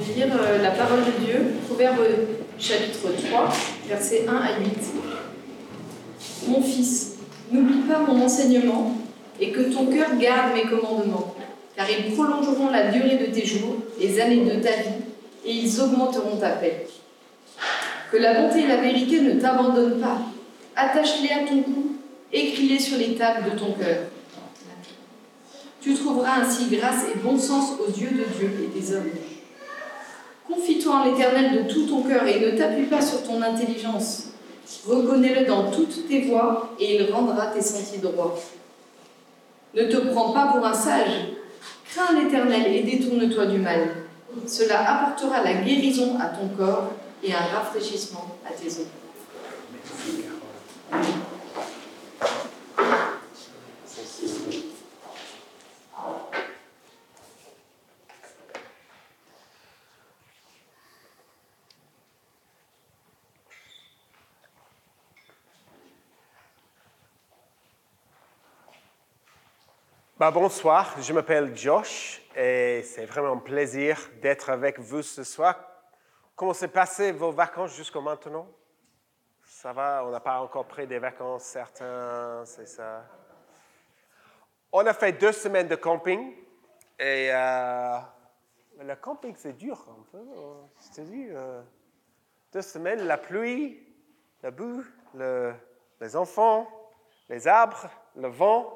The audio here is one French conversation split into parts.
vais lire la parole de Dieu, Proverbe chapitre 3, versets 1 à 8. Mon fils, n'oublie pas mon enseignement et que ton cœur garde mes commandements, car ils prolongeront la durée de tes jours, les années de ta vie, et ils augmenteront ta paix. Que la bonté et la vérité ne t'abandonnent pas. Attache-les à ton cou, écris-les sur les tables de ton cœur. Tu trouveras ainsi grâce et bon sens aux yeux de Dieu et des hommes. Confie-toi en l'Éternel de tout ton cœur et ne t'appuie pas sur ton intelligence. Reconnais-le dans toutes tes voies et il rendra tes sentiers droits. Ne te prends pas pour un sage. Crains l'Éternel et détourne-toi du mal. Cela apportera la guérison à ton corps et un rafraîchissement à tes os. Merci, Carole. Bonsoir, je m'appelle Josh et c'est vraiment un plaisir d'être avec vous ce soir. Comment s'est passé vos vacances jusqu'à maintenant? Ça va? On n'a pas encore pris des vacances, certains, c'est ça. On a fait 2 semaines de camping et le camping c'est dur un peu. Je te dis, 2 semaines, la pluie, la boue, les enfants, les arbres, le vent.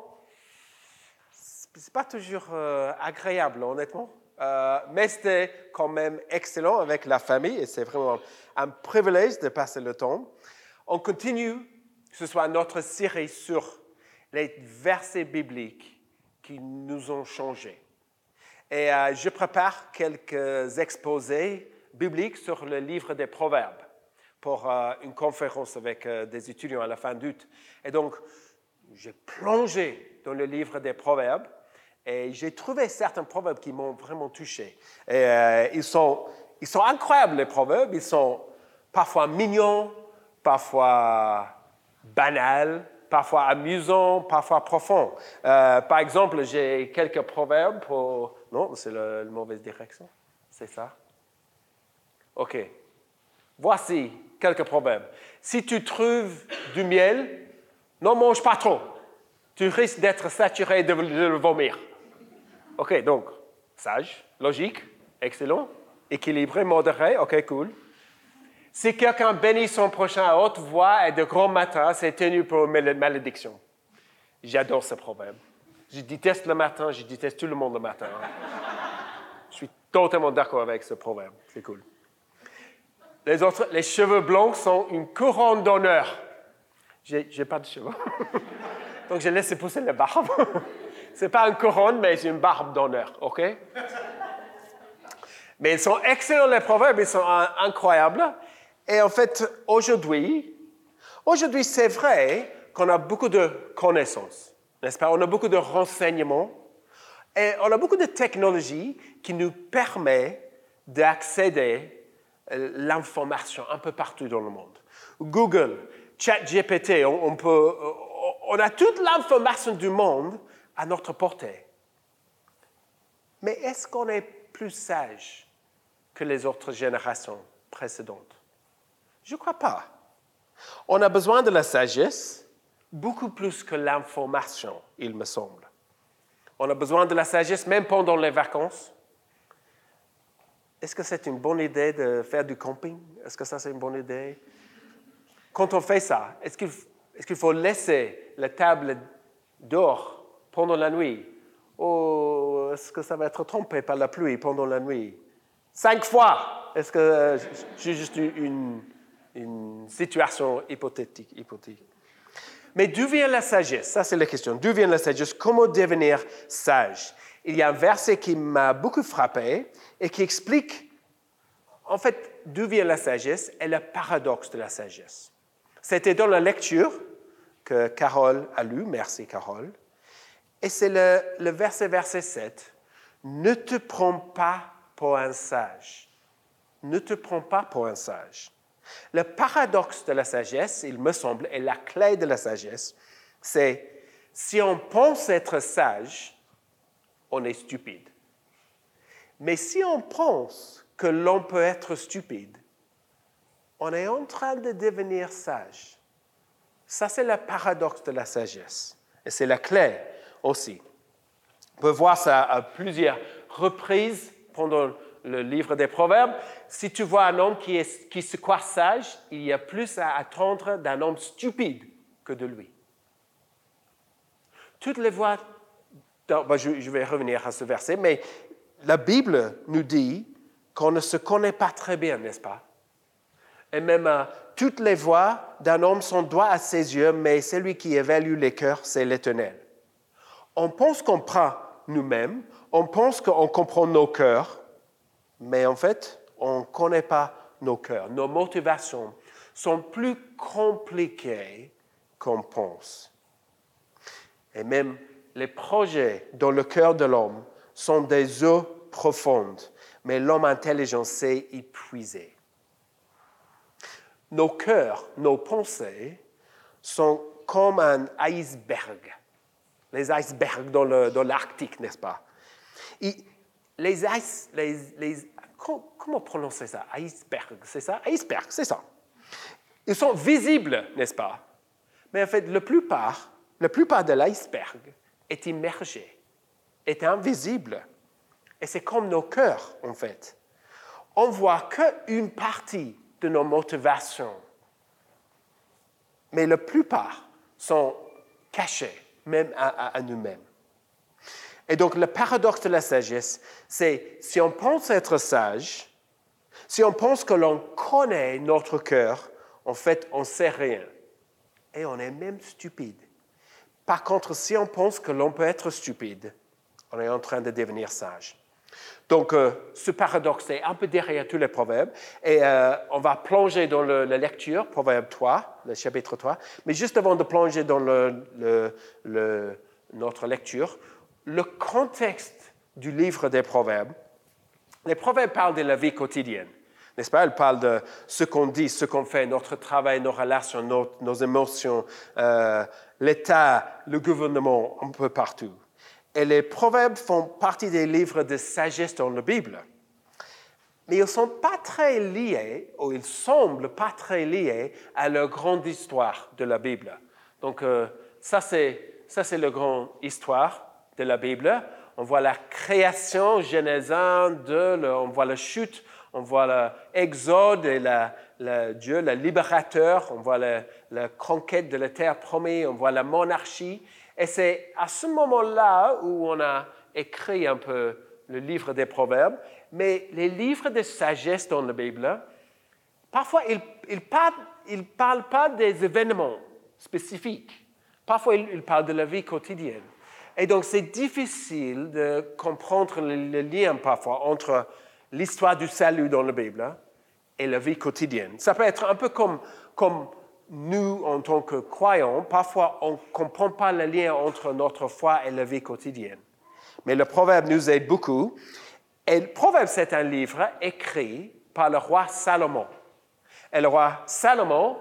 C'est pas toujours agréable, honnêtement. Mais c'était quand même excellent avec la famille et c'est vraiment un privilège de passer le temps. On continue, ce soit notre série sur les versets bibliques qui nous ont changés. Et je prépare quelques exposés bibliques sur le livre des Proverbes pour une conférence avec des étudiants à la fin d'août. Et donc, j'ai plongé dans le livre des Proverbes. Et j'ai trouvé certains proverbes qui m'ont vraiment touché. Et, ils sont incroyables, les proverbes. Ils sont parfois mignons, parfois banals, parfois amusants, parfois profonds. Par exemple, j'ai quelques proverbes pour... Non, c'est la mauvaise direction. C'est ça? OK. Voici quelques proverbes. Si tu trouves du miel, n'en mange pas trop. Tu risques d'être saturé et de le vomir. OK, donc, sage, logique, excellent, équilibré, modéré, OK, cool. Si quelqu'un bénit son prochain à haute voix et de grand matin, c'est tenu pour une malédiction. J'adore ce proverbe. Je déteste le matin, je déteste tout le monde le matin. Je suis totalement d'accord avec ce proverbe, c'est cool. Les cheveux blancs sont une couronne d'honneur. J'ai pas de cheveux. Donc, j'ai laissé pousser la barbe. Ce n'est pas une couronne, mais c'est une barbe d'honneur, OK? Mais ils sont excellents, les proverbes, ils sont incroyables. Et en fait, aujourd'hui, c'est vrai qu'on a beaucoup de connaissances, n'est-ce pas? On a beaucoup de renseignements et on a beaucoup de technologies qui nous permettent d'accéder à l'information un peu partout dans le monde. Google, ChatGPT, on a toute l'information du monde à notre portée. Mais est-ce qu'on est plus sage que les autres générations précédentes? Je ne crois pas. On a besoin de la sagesse beaucoup plus que l'information, il me semble. On a besoin de la sagesse même pendant les vacances. Est-ce que c'est une bonne idée de faire du camping? Est-ce que ça, c'est une bonne idée? Quand on fait ça, est-ce qu'il faut laisser la table dehors pendant la nuit? Ou est-ce que ça va être trompé par la pluie pendant la nuit? 5 fois! Est-ce que j'ai juste une situation hypothétique? Mais d'où vient la sagesse? Ça, c'est la question. D'où vient la sagesse? Comment devenir sage? Il y a un verset qui m'a beaucoup frappé et qui explique, en fait, d'où vient la sagesse et le paradoxe de la sagesse. C'était dans la lecture que Carole a lu. Merci, Carole. Et c'est le verset 7. Ne te prends pas pour un sage. Ne te prends pas pour un sage. Le paradoxe de la sagesse, il me semble, et la clé de la sagesse, c'est si on pense être sage, on est stupide. Mais si on pense que l'on peut être stupide, on est en train de devenir sage. Ça, c'est le paradoxe de la sagesse. Et c'est la clé aussi. On peut voir ça à plusieurs reprises pendant le livre des Proverbes. Si tu vois un homme qui se croit sage, il y a plus à attendre d'un homme stupide que de lui. Toutes les voies... je vais revenir à ce verset, mais la Bible nous dit qu'on ne se connaît pas très bien, n'est-ce pas? Et même toutes les voies d'un homme sont droites à ses yeux, mais celui qui évalue les cœurs, c'est l'Éternel. On pense qu'on prend nous-mêmes, on pense qu'on comprend nos cœurs, mais en fait, on ne connaît pas nos cœurs. Nos motivations sont plus compliquées qu'on pense. Et même les projets dans le cœur de l'homme sont des eaux profondes, mais l'homme intelligent sait y puiser. Nos cœurs, nos pensées sont comme un iceberg. Les icebergs dans l'Arctique, n'est-ce pas? Comment prononcer ça? Iceberg, c'est ça? Iceberg, c'est ça. Ils sont visibles, n'est-ce pas? Mais en fait, la plupart de l'iceberg est immergé, est invisible. Et c'est comme nos cœurs, en fait. On ne voit qu'une partie de nos motivations. Mais la plupart sont cachées, même à nous-mêmes. Et donc, le paradoxe de la sagesse, c'est si on pense être sage, si on pense que l'on connaît notre cœur, en fait, on ne sait rien. Et on est même stupide. Par contre, si on pense que l'on peut être stupide, on est en train de devenir sage. Donc, ce paradoxe est un peu derrière tous les proverbes. Et on va plonger dans la lecture, Proverbe 3, le chapitre 3. Mais juste avant de plonger dans notre lecture, le contexte du livre des proverbes, les proverbes parlent de la vie quotidienne. N'est-ce pas? Elles parlent de ce qu'on dit, ce qu'on fait, notre travail, nos relations, nos émotions, l'État, le gouvernement, un peu partout. Et les proverbes font partie des livres de sagesse dans la Bible. Mais ils ne sont pas très liés, ou ils semblent pas très liés à la grande histoire de la Bible. Donc, ça, c'est la grande histoire de la Bible. On voit la création, Genèse 1, 2, on voit la chute, on voit l'Exode et Dieu, le libérateur, on voit la conquête de la terre promise, on voit la monarchie. Et c'est à ce moment-là où on a écrit un peu le livre des Proverbes. Mais les livres de sagesse dans la Bible, parfois, ils ne parlent pas des événements spécifiques. Parfois, ils parlent de la vie quotidienne. Et donc, c'est difficile de comprendre le lien parfois entre l'histoire du salut dans la Bible et la vie quotidienne. Ça peut être un peu comme nous, en tant que croyants, parfois, on ne comprend pas le lien entre notre foi et la vie quotidienne. Mais le Proverbe nous aide beaucoup. Et le Proverbe, c'est un livre écrit par le roi Salomon. Et le roi Salomon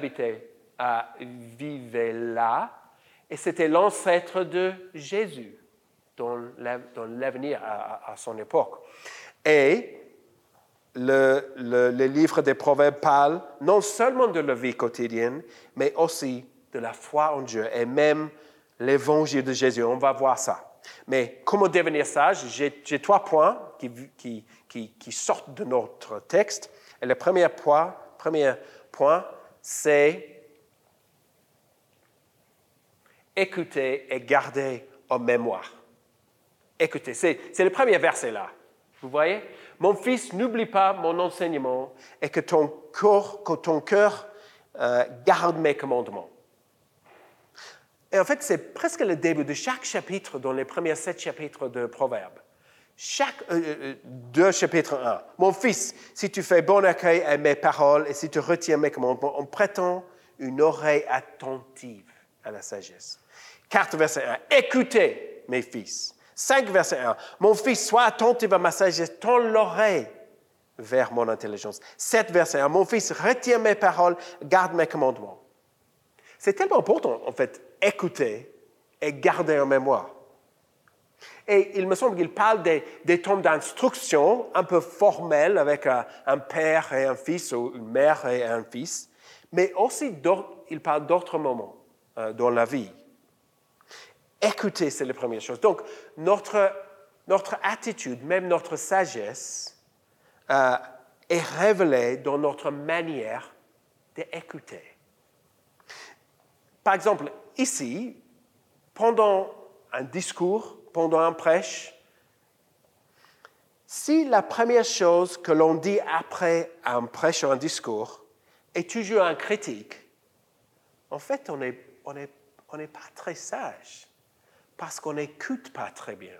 vivait là, et c'était l'ancêtre de Jésus dans l'avenir à son époque. Et le livre des Proverbes parle non seulement de la vie quotidienne, mais aussi de la foi en Dieu et même l'évangile de Jésus. On va voir ça. Mais comment devenir sage? J'ai 3 points qui sortent de notre texte. Et le premier point, c'est écouter et garder en mémoire. Écoutez, c'est le premier verset là. Vous voyez? Mon fils, n'oublie pas mon enseignement et que ton cœur garde mes commandements. Et en fait, c'est presque le début de chaque chapitre dans les premiers 7 chapitres de Proverbes. De chapitre 1. Mon fils, si tu fais bon accueil à mes paroles et si tu retiens mes commandements en prêtant une oreille attentive à la sagesse. 4, verset 1. Écoutez, mes fils. 5, verset 1. Mon fils, sois attentif à ma sagesse, tends l'oreille vers mon intelligence. 7, verset 1. Mon fils, retiens mes paroles, garde mes commandements. C'est tellement important, en fait, écouter et garder en mémoire. Et il me semble qu'il parle des termes d'instruction un peu formels avec un père et un fils ou une mère et un fils, mais aussi il parle d'autres moments dans la vie. Écouter, c'est la première chose. Donc, notre attitude, même notre sagesse, est révélée dans notre manière d'écouter. Par exemple, ici, pendant un discours, pendant un prêche, si la première chose que l'on dit après un prêche ou un discours est toujours une critique, en fait, on n'est pas très sage parce qu'on n'écoute pas très bien.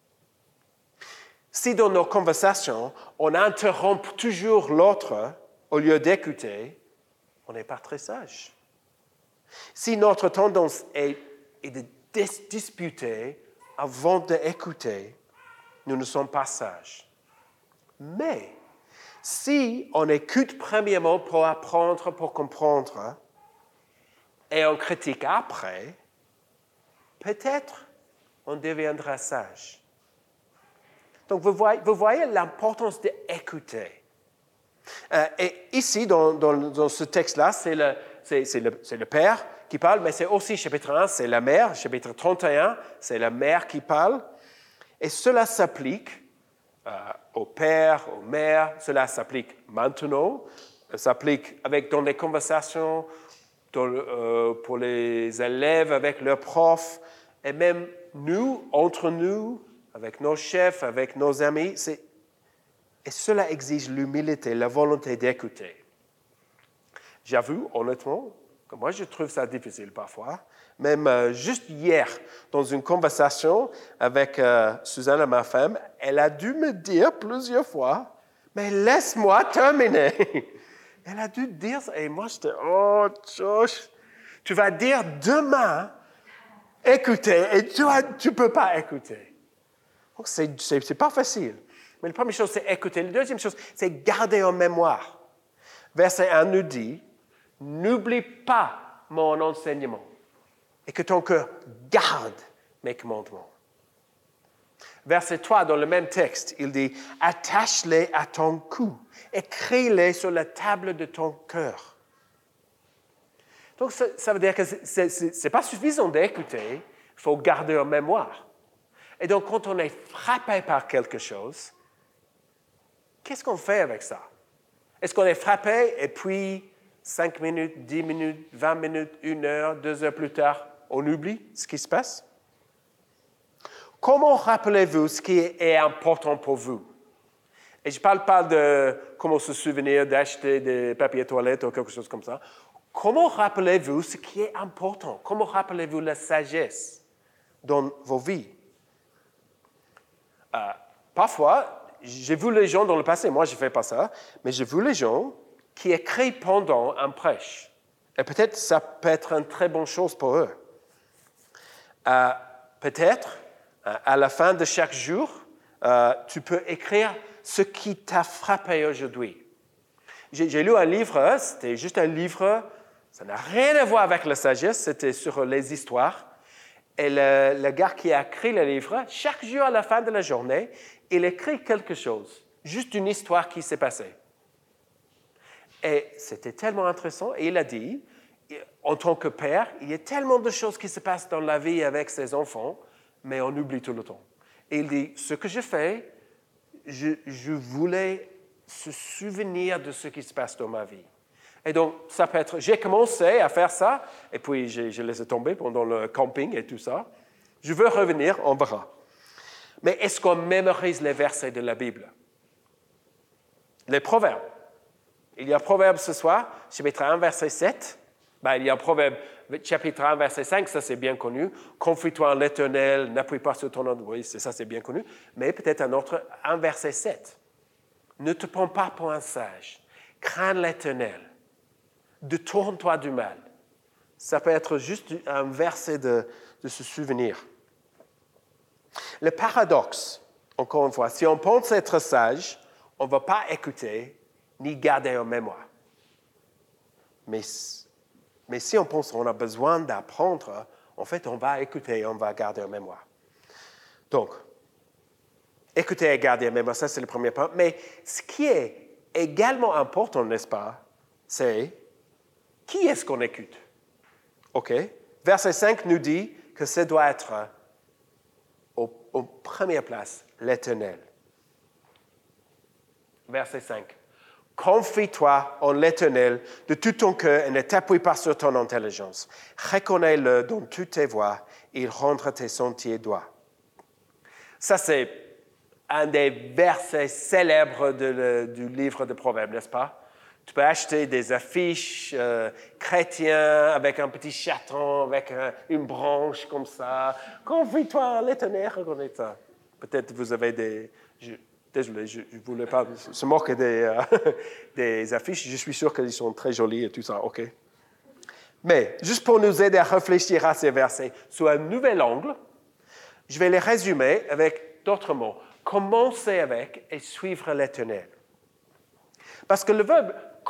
Si dans nos conversations, on interrompt toujours l'autre au lieu d'écouter, on n'est pas très sage. Si notre tendance est de disputer avant d'écouter, nous ne sommes pas sages. Mais si on écoute premièrement pour apprendre, pour comprendre, et on critique après, peut-être on deviendra sage. Donc vous voyez l'importance d'écouter. Et ici, dans ce texte-là, c'est le père qui parle, mais c'est aussi chapitre 1, c'est la mère. Chapitre 31, c'est la mère qui parle. Et cela s'applique au père, aux mères, cela s'applique maintenant, s'applique dans les conversations pour les élèves avec leurs profs, et même nous, entre nous, avec nos chefs, avec nos amis. Et cela exige l'humilité, la volonté d'écouter. J'avoue, honnêtement, que moi, je trouve ça difficile parfois. Même juste hier, dans une conversation avec Suzanne, ma femme, elle a dû me dire plusieurs fois, « Mais laisse-moi terminer !» Elle a dû dire ça. Et moi, j'étais, « Oh, Josh, tu vas dire demain, écoutez, et tu ne peux pas écouter. » Donc, c'est pas facile. Mais la première chose, c'est écouter. La deuxième chose, c'est garder en mémoire. Verset 1 nous dit, « N'oublie pas mon enseignement et que ton cœur garde mes commandements. » Verset 3, dans le même texte, il dit, « Attache-les à ton cou, écris-les sur la table de ton cœur. » Donc, ça veut dire que ce n'est pas suffisant d'écouter, il faut garder en mémoire. Et donc, quand on est frappé par quelque chose, qu'est-ce qu'on fait avec ça? Est-ce qu'on est frappé et puis 5 minutes, 10 minutes, 20 minutes, 1 heure, 2 heures plus tard, on oublie ce qui se passe? Comment rappelez-vous ce qui est important pour vous? Et je ne parle pas de comment se souvenir d'acheter des papiers toilettes ou quelque chose comme ça. Comment rappelez-vous ce qui est important? Comment rappelez-vous la sagesse dans vos vies? Parfois, j'ai vu les gens dans le passé, moi je ne fais pas ça, mais j'ai vu les gens qui écrivent pendant un prêche. Et peut-être ça peut être une très bonne chose pour eux. Peut-être, à la fin de chaque jour, tu peux écrire ce qui t'a frappé aujourd'hui. J'ai lu un livre, c'était juste un livre, ça n'a rien à voir avec la sagesse, c'était sur les histoires. Et le gars qui a écrit le livre, chaque jour à la fin de la journée, il écrit quelque chose, juste une histoire qui s'est passée. Et c'était tellement intéressant. Et il a dit, en tant que père, il y a tellement de choses qui se passent dans la vie avec ses enfants, mais on oublie tout le temps. Et il dit, ce que je fais, je voulais se souvenir de ce qui se passe dans ma vie. Et donc, ça peut être, j'ai commencé à faire ça, et puis je laissé tomber pendant le camping et tout ça. Je veux revenir, on verra. Mais est-ce qu'on mémorise les versets de la Bible? Les proverbes. Il y a un proverbe ce soir, chapitre 1, verset 7. Il y a un proverbe, chapitre 1, verset 5, ça c'est bien connu. Confie-toi en l'Éternel, n'appuie pas sur ton nom. Oui, ça c'est bien connu. Mais peut-être un autre, 1, verset 7. Ne te prends pas pour un sage. Crains l'Éternel. Détourne-toi du mal. Ça peut être juste un verset de se souvenir. Le paradoxe, encore une fois, si on pense être sage, on ne va pas écouter ni garder en mémoire. Mais si on pense qu'on a besoin d'apprendre, en fait, on va écouter et on va garder en mémoire. Donc, Écouter et garder, mais ça c'est le premier point. Mais ce qui est également important, n'est-ce pas, c'est qui est-ce qu'on écoute? OK. Verset 5 nous dit que ça doit être en première place, l'Éternel. Verset 5. Confie-toi en l'Éternel de tout ton cœur et ne t'appuie pas sur ton intelligence. Reconnais-le dans toutes tes voies, il rendra tes sentiers droits. Ça, c'est un des versets célèbres du livre de Proverbes, n'est-ce pas? Tu peux acheter des affiches chrétiennes avec un petit chaton, avec une branche comme ça. Confie-toi en l'Éternel, reconnais-toi. Peut-être vous avez des... Désolé, je ne voulais pas se moquer des affiches. Je suis sûr qu'elles sont très jolies et tout ça, OK? Mais juste pour nous aider à réfléchir à ces versets sous un nouvel angle, je vais les résumer avec d'autres mots. Commencer avec et suivre l'Éternel. Parce que le verbe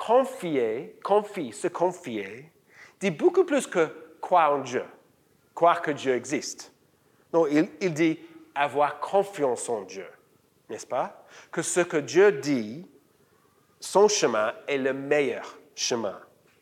se confier, dit beaucoup plus que croire en Dieu, croire que Dieu existe. Non, il dit avoir confiance en Dieu. N'est-ce pas? Que ce que Dieu dit, son chemin est le meilleur chemin.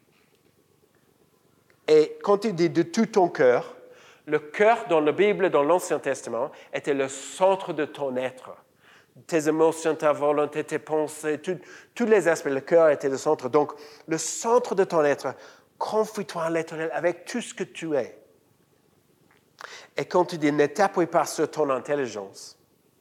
Et quand il dit de tout ton cœur, le cœur dans la Bible, dans l'Ancien Testament, était le centre de ton être. Tes émotions, ta volonté, tes pensées, tous les aspects, le cœur était le centre. Donc, le centre de ton être, confie-toi à l'Éternel avec tout ce que tu es. Et quand tu dis ne t'appuie pas sur ton intelligence,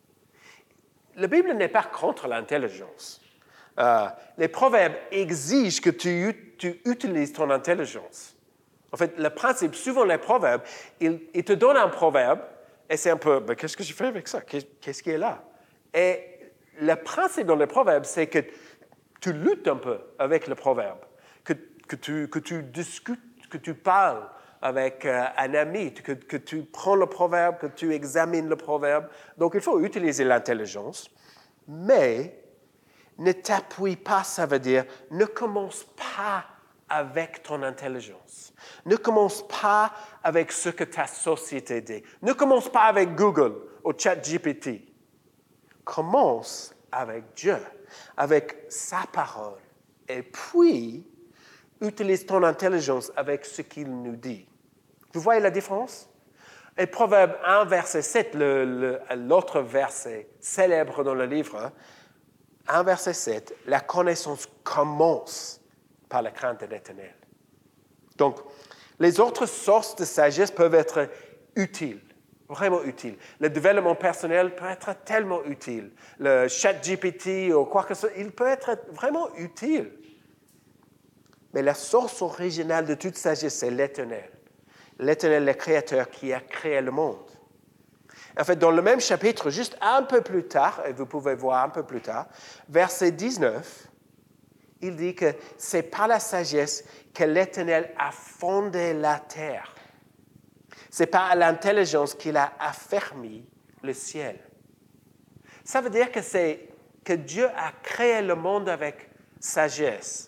la Bible n'est pas contre l'intelligence. Les proverbes exigent que tu utilises ton intelligence. En fait, le principe, souvent les proverbes, ils te donnent un proverbe et c'est un peu, ben, qu'est-ce que je fais avec ça? Qu'est-ce qui est là? Et le principe dans les proverbes, c'est que tu luttes un peu avec le proverbe, que tu discutes, que tu parles avec un ami, que tu prends le proverbe, que tu examines le proverbe. Donc, il faut utiliser l'intelligence, mais ne t'appuie pas, ça veut dire ne commence pas avec ton intelligence. Ne commence pas avec ce que ta société dit. Ne commence pas avec Google ou ChatGPT. Commence avec Dieu, avec sa parole. Et puis, utilise ton intelligence avec ce qu'il nous dit. Vous voyez la différence? Et Proverbe 1, verset 7, l'autre verset célèbre dans le livre, 1, verset 7, la connaissance commence par la crainte de l'Éternel. Donc, les autres sources de sagesse peuvent être utiles, vraiment utiles. Le développement personnel peut être tellement utile. Le ChatGPT ou quoi que ce soit, il peut être vraiment utile. Mais la source originale de toute sagesse, c'est l'Éternel. L'Éternel, le Créateur qui a créé le monde. En fait, dans le même chapitre, juste un peu plus tard, et vous pouvez voir un peu plus tard, verset 19, il dit que c'est par la sagesse que l'Éternel a fondé la terre. C'est par l'intelligence qu'il a affermi le ciel. Ça veut dire que Dieu a créé le monde avec sagesse.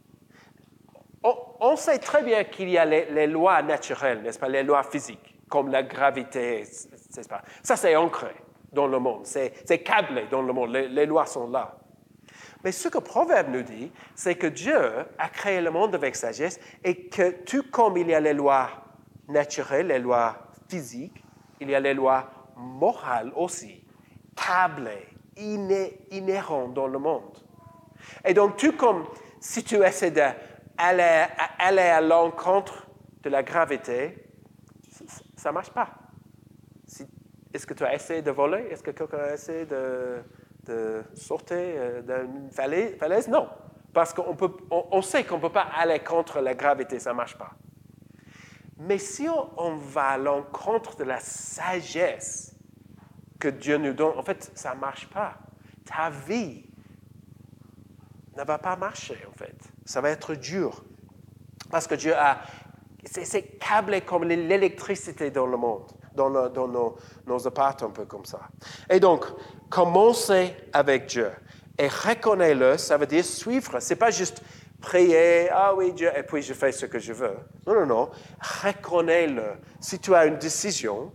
On sait très bien qu'il y a les lois naturelles, n'est-ce pas, les lois physiques, comme la gravité, n'est-ce pas? Ça, c'est ancré dans le monde, c'est câblé dans le monde, les lois sont là. Mais ce que Proverbe nous dit, c'est que Dieu a créé le monde avec sagesse et que tout comme il y a les lois naturelles, les lois physiques, il y a les lois morales aussi, câblées, inhérentes dans le monde. Et donc, tout comme si tu essaies d'aller à l'encontre de la gravité, ça ne marche pas. Est-ce que tu as essayé de voler? Est-ce que quelqu'un a essayé de sauter d'une falaise? Non. Parce qu'on sait qu'on ne peut pas aller contre la gravité, ça ne marche pas. Mais si on va à l'encontre de la sagesse que Dieu nous donne, en fait, ça ne marche pas. Ta vie ne va pas marcher, en fait. Ça va être dur. Parce que Dieu a... C'est câblé comme l'électricité dans le monde, dans nos appartements, un peu comme ça. Et donc, commencez avec Dieu. Et reconnais-le, ça veut dire suivre. Ce n'est pas juste prier, ah oui, Dieu, et puis je fais ce que je veux. Non. Reconnais-le. Si tu as une décision,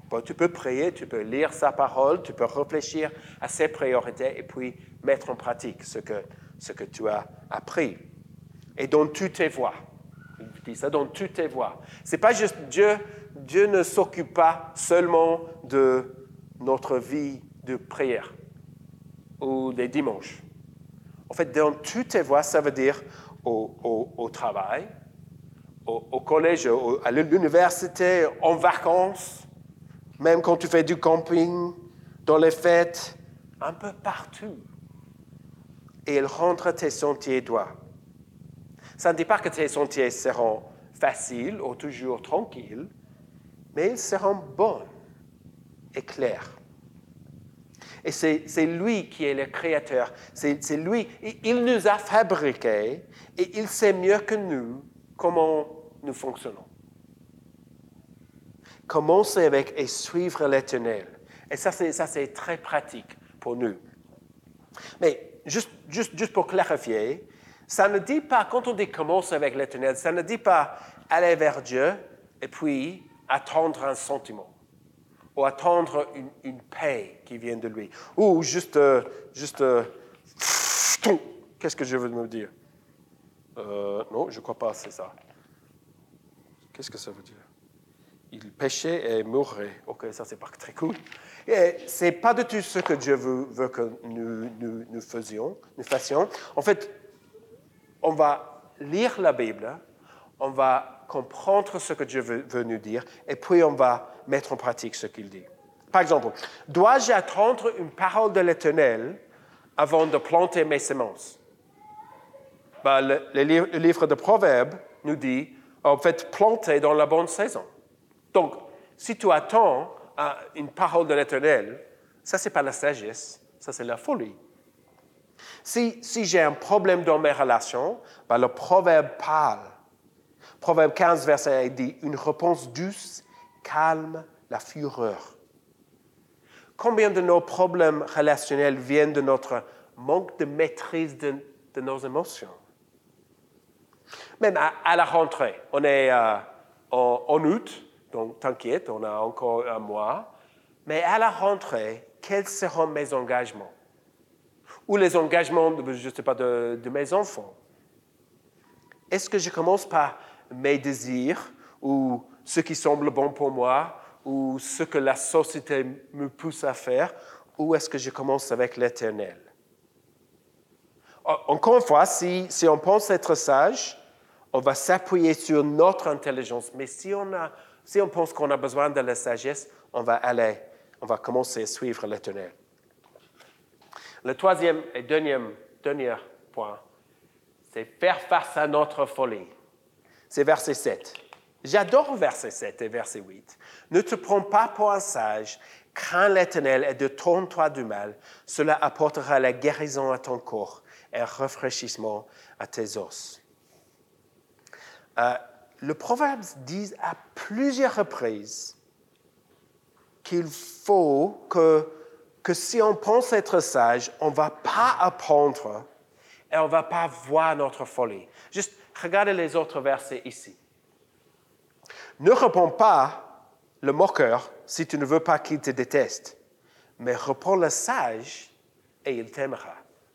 Bon, tu peux prier, tu peux lire sa parole, tu peux réfléchir à ses priorités et puis mettre en pratique ce que tu as appris. Et dans toutes tes voies. Il dit ça, dans toutes tes voies. Ce n'est pas juste Dieu. Dieu ne s'occupe pas seulement de notre vie de prière ou des dimanches. En fait, dans toutes tes voies, ça veut dire au travail, au collège, à l'université, en vacances, même quand tu fais du camping, dans les fêtes, un peu partout. Et il rendra tes sentiers droits. Ça ne dit pas que tes sentiers seront faciles ou toujours tranquilles, mais ils seront bons et clairs. Et c'est lui qui est le créateur. C'est lui. Il nous a fabriqués et il sait mieux que nous comment nous fonctionnons. Commencer avec et suivre l'Éternel. Et ça, c'est très pratique pour nous. Mais juste pour clarifier, ça ne dit pas, quand on dit commencer avec l'Éternel, ça ne dit pas aller vers Dieu et puis attendre un sentiment. Ou attendre une paix qui vient de lui. Ou juste qu'est-ce que je veux me dire? Non, je ne crois pas, c'est ça. Qu'est-ce que ça veut dire? Il péchait et mourait. Ok, ça, c'est pas très cool. Ce n'est pas du tout ce que Dieu veut que nous fassions. En fait, on va lire la Bible, on va comprendre ce que Dieu veut nous dire, et puis on va mettre en pratique ce qu'il dit. Par exemple, dois-je attendre une parole de l'Éternel avant de planter mes semences? Le livre de Proverbes nous dit, en fait, planter dans la bonne saison. Donc, si tu attends une parole de l'Éternel, ça, ce n'est pas la sagesse, ça, c'est la folie. Si j'ai un problème dans mes relations, le Proverbe parle. Proverbe 15, verset 1 dit, une réponse douce calme la fureur. Combien de nos problèmes relationnels viennent de notre manque de maîtrise de nos émotions? Même à la rentrée, on est en août, donc t'inquiète, on a encore un mois. Mais à la rentrée, quels seront mes engagements? Ou les engagements, je ne sais pas, de mes enfants? Est-ce que je commence par mes désirs ou ce qui semble bon pour moi ou ce que la société me pousse à faire, ou est-ce que je commence avec l'Éternel? Encore une fois, si on pense être sage, on va s'appuyer sur notre intelligence. Mais si on pense qu'on a besoin de la sagesse, on va commencer à suivre l'Éternel. Le troisième et dernier point, c'est faire face à notre folie. C'est verset 7. J'adore verset 7 et verset 8. Ne te prends pas pour un sage, crains l'Éternel et détourne-toi du mal. Cela apportera la guérison à ton corps et un rafraîchissement à tes os. Le Proverbe dit à plusieurs reprises qu'il faut que si on pense être sage, on ne va pas apprendre et on ne va pas voir notre folie. Juste regardez les autres versets ici. Ne réponds pas le moqueur si tu ne veux pas qu'il te déteste, mais réponds le sage et il t'aimera.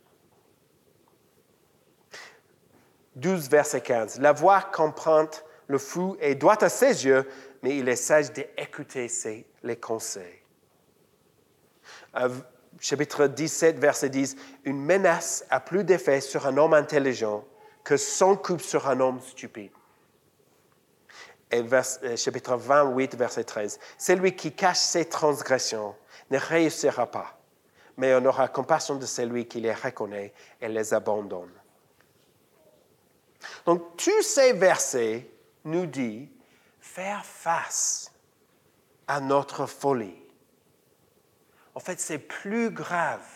12, verset 15. La voix comprend le fou est droite à ses yeux, mais il est sage d'écouter les conseils. Chapitre 17, verset 10. Une menace a plus d'effet sur un homme intelligent que 100 coups sur un homme stupide. Et chapitre 28, verset 13. Celui qui cache ses transgressions ne réussira pas, mais on aura compassion de celui qui les reconnaît et les abandonne. Donc, tous ces versets nous disent faire face à notre folie. En fait, c'est plus grave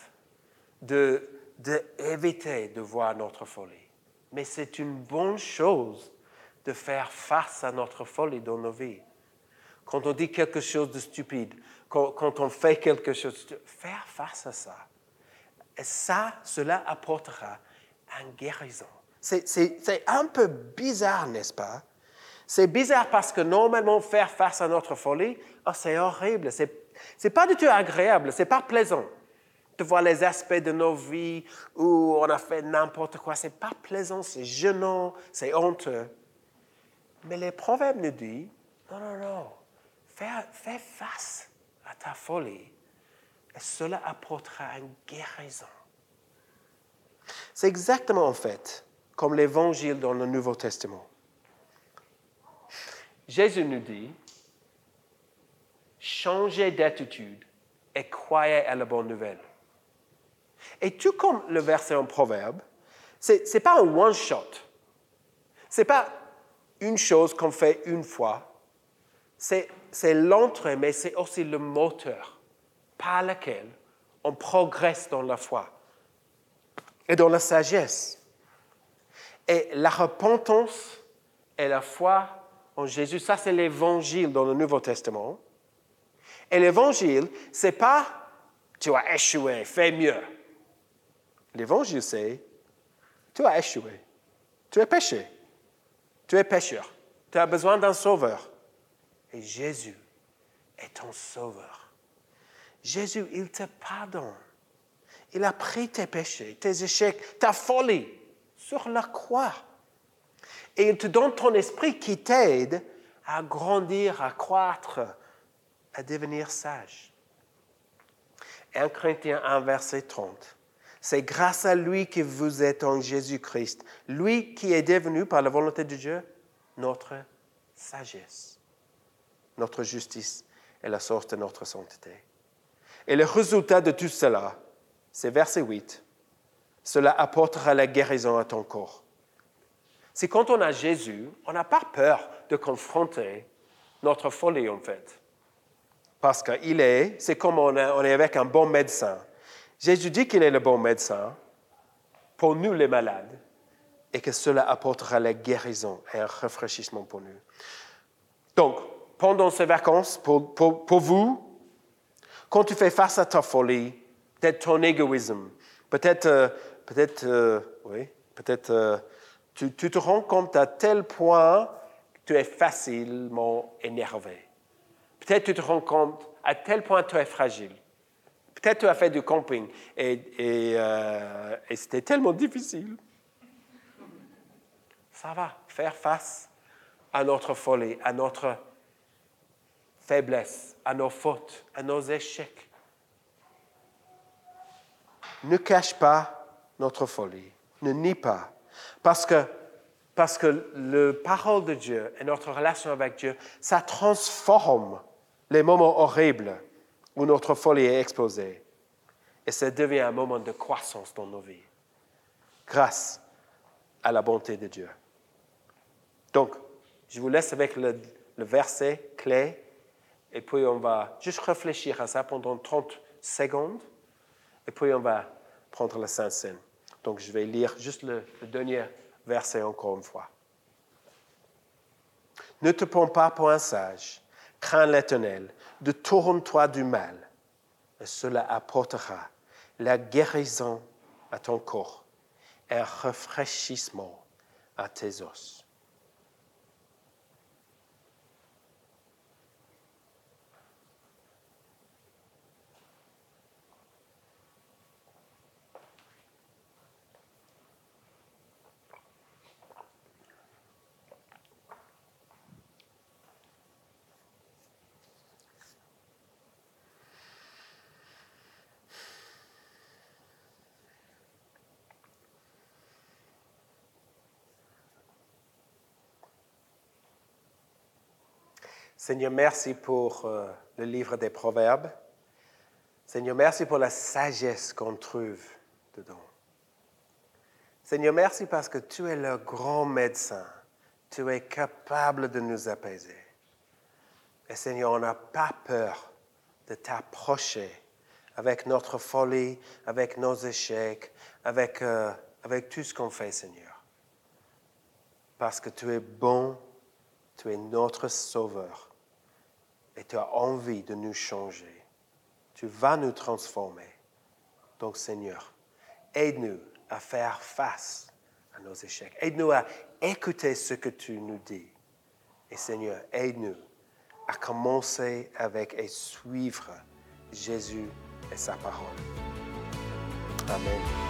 d'éviter de voir notre folie. Mais c'est une bonne chose de faire face à notre folie dans nos vies. Quand on dit quelque chose de stupide, quand on fait quelque chose, faire face à ça. Et cela apportera une guérison. C'est un peu bizarre, n'est-ce pas? C'est bizarre parce que normalement, faire face à notre folie, c'est horrible. C'est pas du tout agréable, c'est pas plaisant. De voir les aspects de nos vies où on a fait n'importe quoi, c'est pas plaisant, c'est gênant, c'est honteux. Mais les proverbes nous disent, non. Fais face à ta folie et cela apportera une guérison. C'est exactement en fait comme l'Évangile dans le Nouveau Testament. Jésus nous dit, changez d'attitude et croyez à la bonne nouvelle. Et tout comme le verset en Proverbe, ce n'est pas un one-shot. Ce n'est pas une chose qu'on fait une fois. C'est l'entrée, mais c'est aussi le moteur par lequel on progresse dans la foi et dans la sagesse. Et la repentance et la foi en Jésus, ça c'est l'Évangile dans le Nouveau Testament. Et l'Évangile, ce n'est pas « tu as échoué, fais mieux ». L'Évangile, c'est « tu as échoué, tu es péché, tu es pécheur, tu as besoin d'un sauveur. » Et Jésus est ton sauveur. Jésus, il te pardonne. Il a pris tes péchés, tes échecs, ta folie sur la croix. Et il te donne ton esprit qui t'aide à grandir, à croître, à devenir sage. 1 Corinthiens 1, verset 30. C'est grâce à lui que vous êtes en Jésus-Christ, lui qui est devenu, par la volonté de Dieu, notre sagesse, notre justice et la source de notre sainteté. Et le résultat de tout cela, c'est verset 8. Cela apportera la guérison à ton corps. C'est quand on a Jésus, on n'a pas peur de confronter notre folie en fait. Parce que c'est comme on est avec un bon médecin. Jésus dit qu'il est le bon médecin pour nous les malades et que cela apportera la guérison et un rafraîchissement pour nous. Donc, pendant ces vacances, pour vous, quand tu fais face à ta folie, peut-être ton égoïsme, peut-être tu te rends compte à tel point que tu es facilement énervé. Peut-être tu te rends compte à tel point que tu es fragile. Peut-être tu as fait du camping et c'était tellement difficile. Ça va, faire face à notre folie, à notre faiblesse, à nos fautes, à nos échecs. Ne cache pas notre folie, ne nie pas. Parce que la parole de Dieu et notre relation avec Dieu, ça transforme les moments horribles où notre folie est exposée. Et ça devient un moment de croissance dans nos vies, grâce à la bonté de Dieu. Donc, je vous laisse avec le verset clé, et puis on va juste réfléchir à ça pendant 30 secondes, et puis on va prendre la Sainte Seine. Donc, je vais lire juste le dernier verset encore une fois. Ne te prends pas pour un sage, crains l'Éternel, détourne-toi du mal, et cela apportera la guérison à ton corps et un rafraîchissement à tes os. Seigneur, merci pour le livre des Proverbes. Seigneur, merci pour la sagesse qu'on trouve dedans. Seigneur, merci parce que tu es le grand médecin. Tu es capable de nous apaiser. Et Seigneur, on n'a pas peur de t'approcher avec notre folie, avec nos échecs, avec tout ce qu'on fait, Seigneur. Parce que tu es bon, tu es notre sauveur. Et tu as envie de nous changer. Tu vas nous transformer. Donc, Seigneur, aide-nous à faire face à nos échecs. Aide-nous à écouter ce que tu nous dis. Et Seigneur, aide-nous à commencer avec et suivre Jésus et sa parole. Amen.